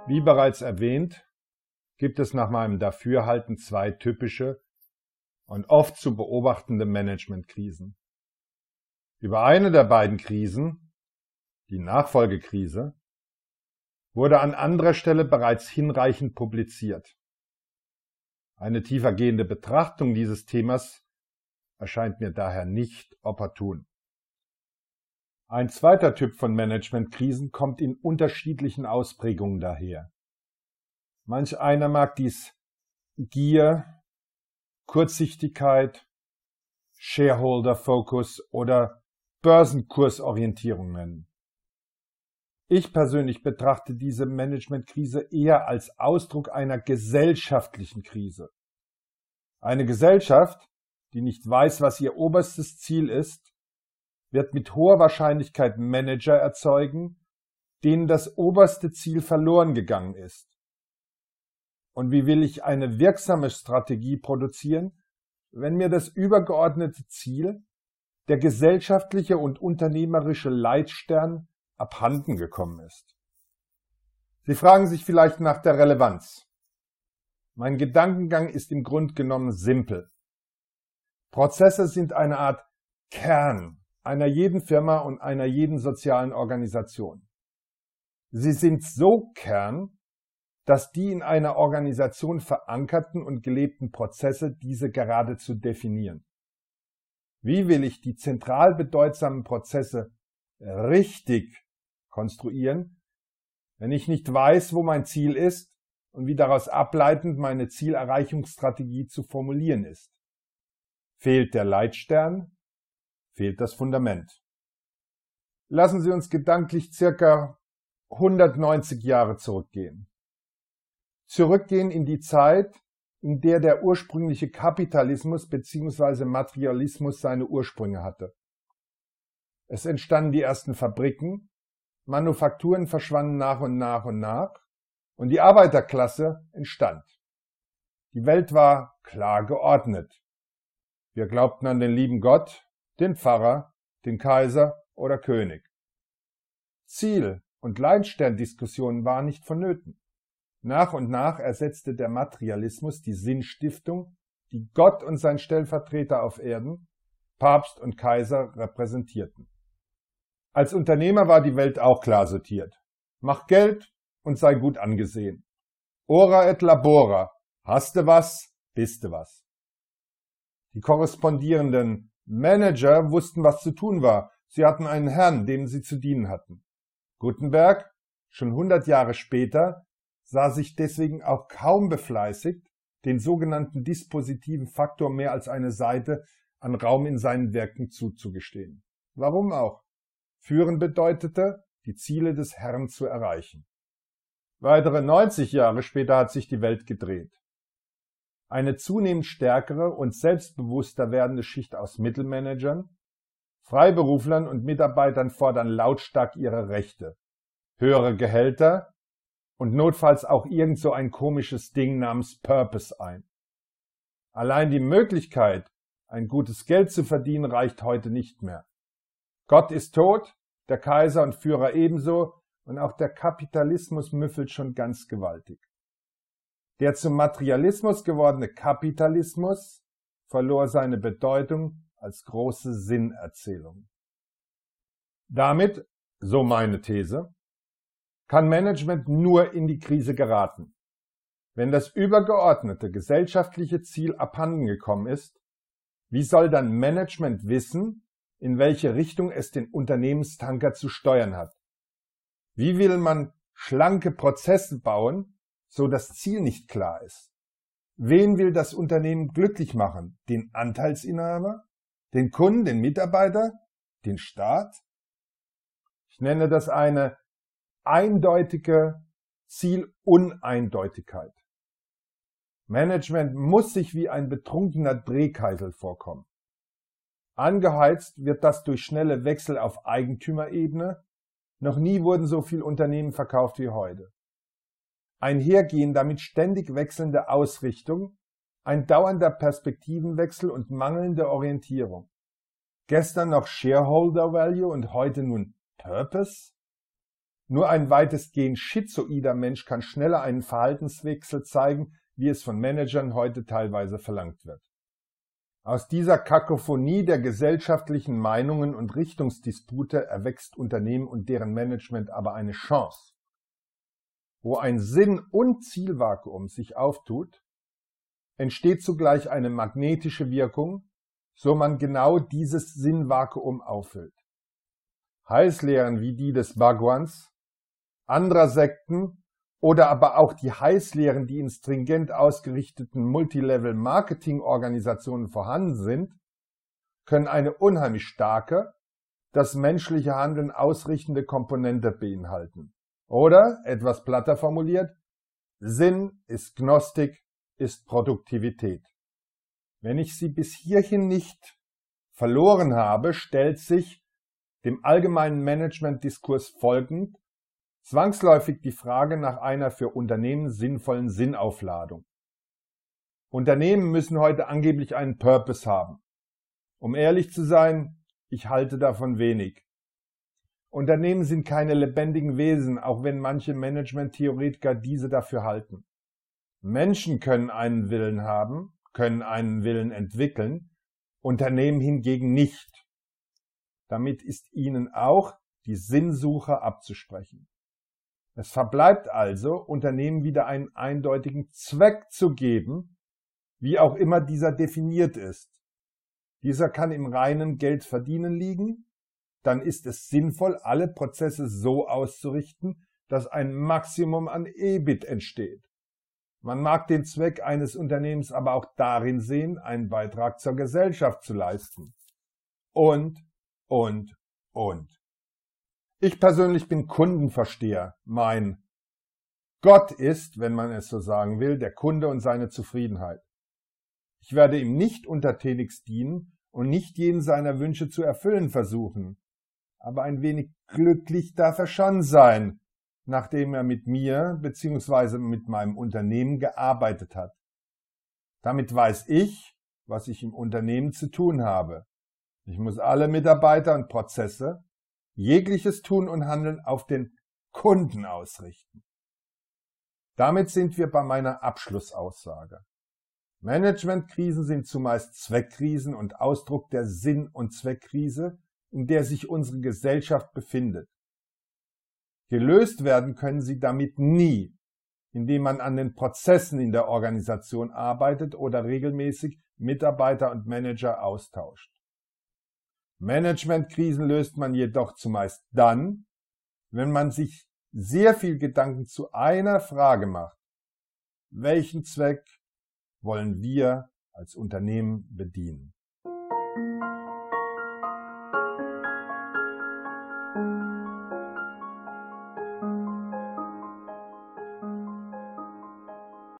Wie bereits erwähnt, gibt es nach meinem Dafürhalten zwei typische und oft zu beobachtende Managementkrisen. Über eine der beiden Krisen, die Nachfolgekrise, wurde an anderer Stelle bereits hinreichend publiziert. Eine tiefergehende Betrachtung dieses Themas erscheint mir daher nicht opportun. Ein zweiter Typ von Managementkrisen kommt in unterschiedlichen Ausprägungen daher. Manch einer mag dies Gier, Kurzsichtigkeit, Shareholder Focus oder Börsenkursorientierung nennen. Ich persönlich betrachte diese Managementkrise eher als Ausdruck einer gesellschaftlichen Krise. Eine Gesellschaft, die nicht weiß, was ihr oberstes Ziel ist, wird mit hoher Wahrscheinlichkeit Manager erzeugen, denen das oberste Ziel verloren gegangen ist. Und wie will ich eine wirksame Strategie produzieren, wenn mir das übergeordnete Ziel, der gesellschaftliche und unternehmerische Leitstern, abhanden gekommen ist? Sie fragen sich vielleicht nach der Relevanz. Mein Gedankengang ist im Grunde genommen simpel. Prozesse sind eine Art Kern einer jeden Firma und einer jeden sozialen Organisation. Sie sind so Kern, dass die in einer Organisation verankerten und gelebten Prozesse diese geradezu definieren. Wie will ich die zentral bedeutsamen Prozesse richtig konstruieren, wenn ich nicht weiß, wo mein Ziel ist und wie daraus ableitend meine Zielerreichungsstrategie zu formulieren ist? Fehlt der Leitstern, fehlt das Fundament. Lassen Sie uns gedanklich circa 190 Jahre zurückgehen. Zurückgehen in die Zeit, in der der ursprüngliche Kapitalismus bzw. Materialismus seine Ursprünge hatte. Es entstanden die ersten Fabriken, Manufakturen verschwanden nach und die Arbeiterklasse entstand. Die Welt war klar geordnet. Wir glaubten an den lieben Gott, den Pfarrer, den Kaiser oder König. Ziel- und Leitsterndiskussionen waren nicht vonnöten. Nach und nach ersetzte der Materialismus die Sinnstiftung, die Gott und sein Stellvertreter auf Erden, Papst und Kaiser, repräsentierten. Als Unternehmer war die Welt auch klar sortiert. Mach Geld und sei gut angesehen. Ora et labora, haste was, biste was. Die korrespondierenden Manager wussten, was zu tun war. Sie hatten einen Herrn, dem sie zu dienen hatten. Gutenberg, schon 100 Jahre später, sah sich deswegen auch kaum befleißigt, den sogenannten dispositiven Faktor mehr als eine Seite an Raum in seinen Werken zuzugestehen. Warum auch? Führen bedeutete, die Ziele des Herrn zu erreichen. Weitere 90 Jahre später hat sich die Welt gedreht. Eine zunehmend stärkere und selbstbewusster werdende Schicht aus Mittelmanagern, Freiberuflern und Mitarbeitern fordern lautstark ihre Rechte, höhere Gehälter und notfalls auch irgend so ein komisches Ding namens Purpose ein. Allein die Möglichkeit, ein gutes Geld zu verdienen, reicht heute nicht mehr. Gott ist tot, der Kaiser und Führer ebenso, und auch der Kapitalismus müffelt schon ganz gewaltig. Der zum Materialismus gewordene Kapitalismus verlor seine Bedeutung als große Sinnerzählung. Damit, so meine These, kann Management nur in die Krise geraten, wenn das übergeordnete gesellschaftliche Ziel abhanden gekommen ist. Wie soll dann Management wissen, in welche Richtung es den Unternehmenstanker zu steuern hat? Wie will man schlanke Prozesse bauen, so das Ziel nicht klar ist? Wen will das Unternehmen glücklich machen? Den Anteilsinhaber? Den Kunden, den Mitarbeiter? Den Staat? Ich nenne das eine eindeutige Zieluneindeutigkeit. Management muss sich wie ein betrunkener Drehkeitel vorkommen. Angeheizt wird das durch schnelle Wechsel auf Eigentümerebene. Noch nie wurden so viele Unternehmen verkauft wie heute. Einhergehen damit ständig wechselnde Ausrichtung, ein dauernder Perspektivenwechsel und mangelnde Orientierung. Gestern noch Shareholder Value und heute nun Purpose? Nur ein weitestgehend schizoider Mensch kann schneller einen Verhaltenswechsel zeigen, wie es von Managern heute teilweise verlangt wird. Aus dieser Kakophonie der gesellschaftlichen Meinungen und Richtungsdispute erwächst Unternehmen und deren Management aber eine Chance. Wo ein Sinn- und Zielvakuum sich auftut, entsteht zugleich eine magnetische Wirkung, so man genau dieses Sinnvakuum auffüllt. Heißlehren wie die des Bhagwans, anderer Sekten oder aber auch die Heißlehren, die in stringent ausgerichteten Multilevel-Marketing-Organisationen vorhanden sind, können eine unheimlich starke, das menschliche Handeln ausrichtende Komponente beinhalten. Oder, etwas platter formuliert, Sinn ist Gnostik, ist Produktivität. Wenn ich sie bis hierhin nicht verloren habe, stellt sich dem allgemeinen Management-Diskurs folgend zwangsläufig die Frage nach einer für Unternehmen sinnvollen Sinnaufladung. Unternehmen müssen heute angeblich einen Purpose haben. Um ehrlich zu sein, ich halte davon wenig. Unternehmen sind keine lebendigen Wesen, auch wenn manche Management-Theoretiker diese dafür halten. Menschen können einen Willen haben, können einen Willen entwickeln, Unternehmen hingegen nicht. Damit ist ihnen auch die Sinnsuche abzusprechen. Es verbleibt also, Unternehmen wieder einen eindeutigen Zweck zu geben, wie auch immer dieser definiert ist. Dieser kann im reinen Geldverdienen liegen, dann ist es sinnvoll, alle Prozesse so auszurichten, dass ein Maximum an EBIT entsteht. Man mag den Zweck eines Unternehmens aber auch darin sehen, einen Beitrag zur Gesellschaft zu leisten. Und. Ich persönlich bin Kundenversteher. Mein Gott ist, wenn man es so sagen will, der Kunde und seine Zufriedenheit. Ich werde ihm nicht untertänigst dienen und nicht jeden seiner Wünsche zu erfüllen versuchen. Aber ein wenig glücklich darf er schon sein, nachdem er mit mir bzw. mit meinem Unternehmen gearbeitet hat. Damit weiß ich, was ich im Unternehmen zu tun habe. Ich muss alle Mitarbeiter und Prozesse, jegliches Tun und Handeln auf den Kunden ausrichten. Damit sind wir bei meiner Abschlussaussage. Managementkrisen sind zumeist Zweckkrisen und Ausdruck der Sinn- und Zweckkrise, in der sich unsere Gesellschaft befindet. Gelöst werden können sie damit nie, indem man an den Prozessen in der Organisation arbeitet oder regelmäßig Mitarbeiter und Manager austauscht. Managementkrisen löst man jedoch zumeist dann, wenn man sich sehr viel Gedanken zu einer Frage macht: Welchen Zweck wollen wir als Unternehmen bedienen?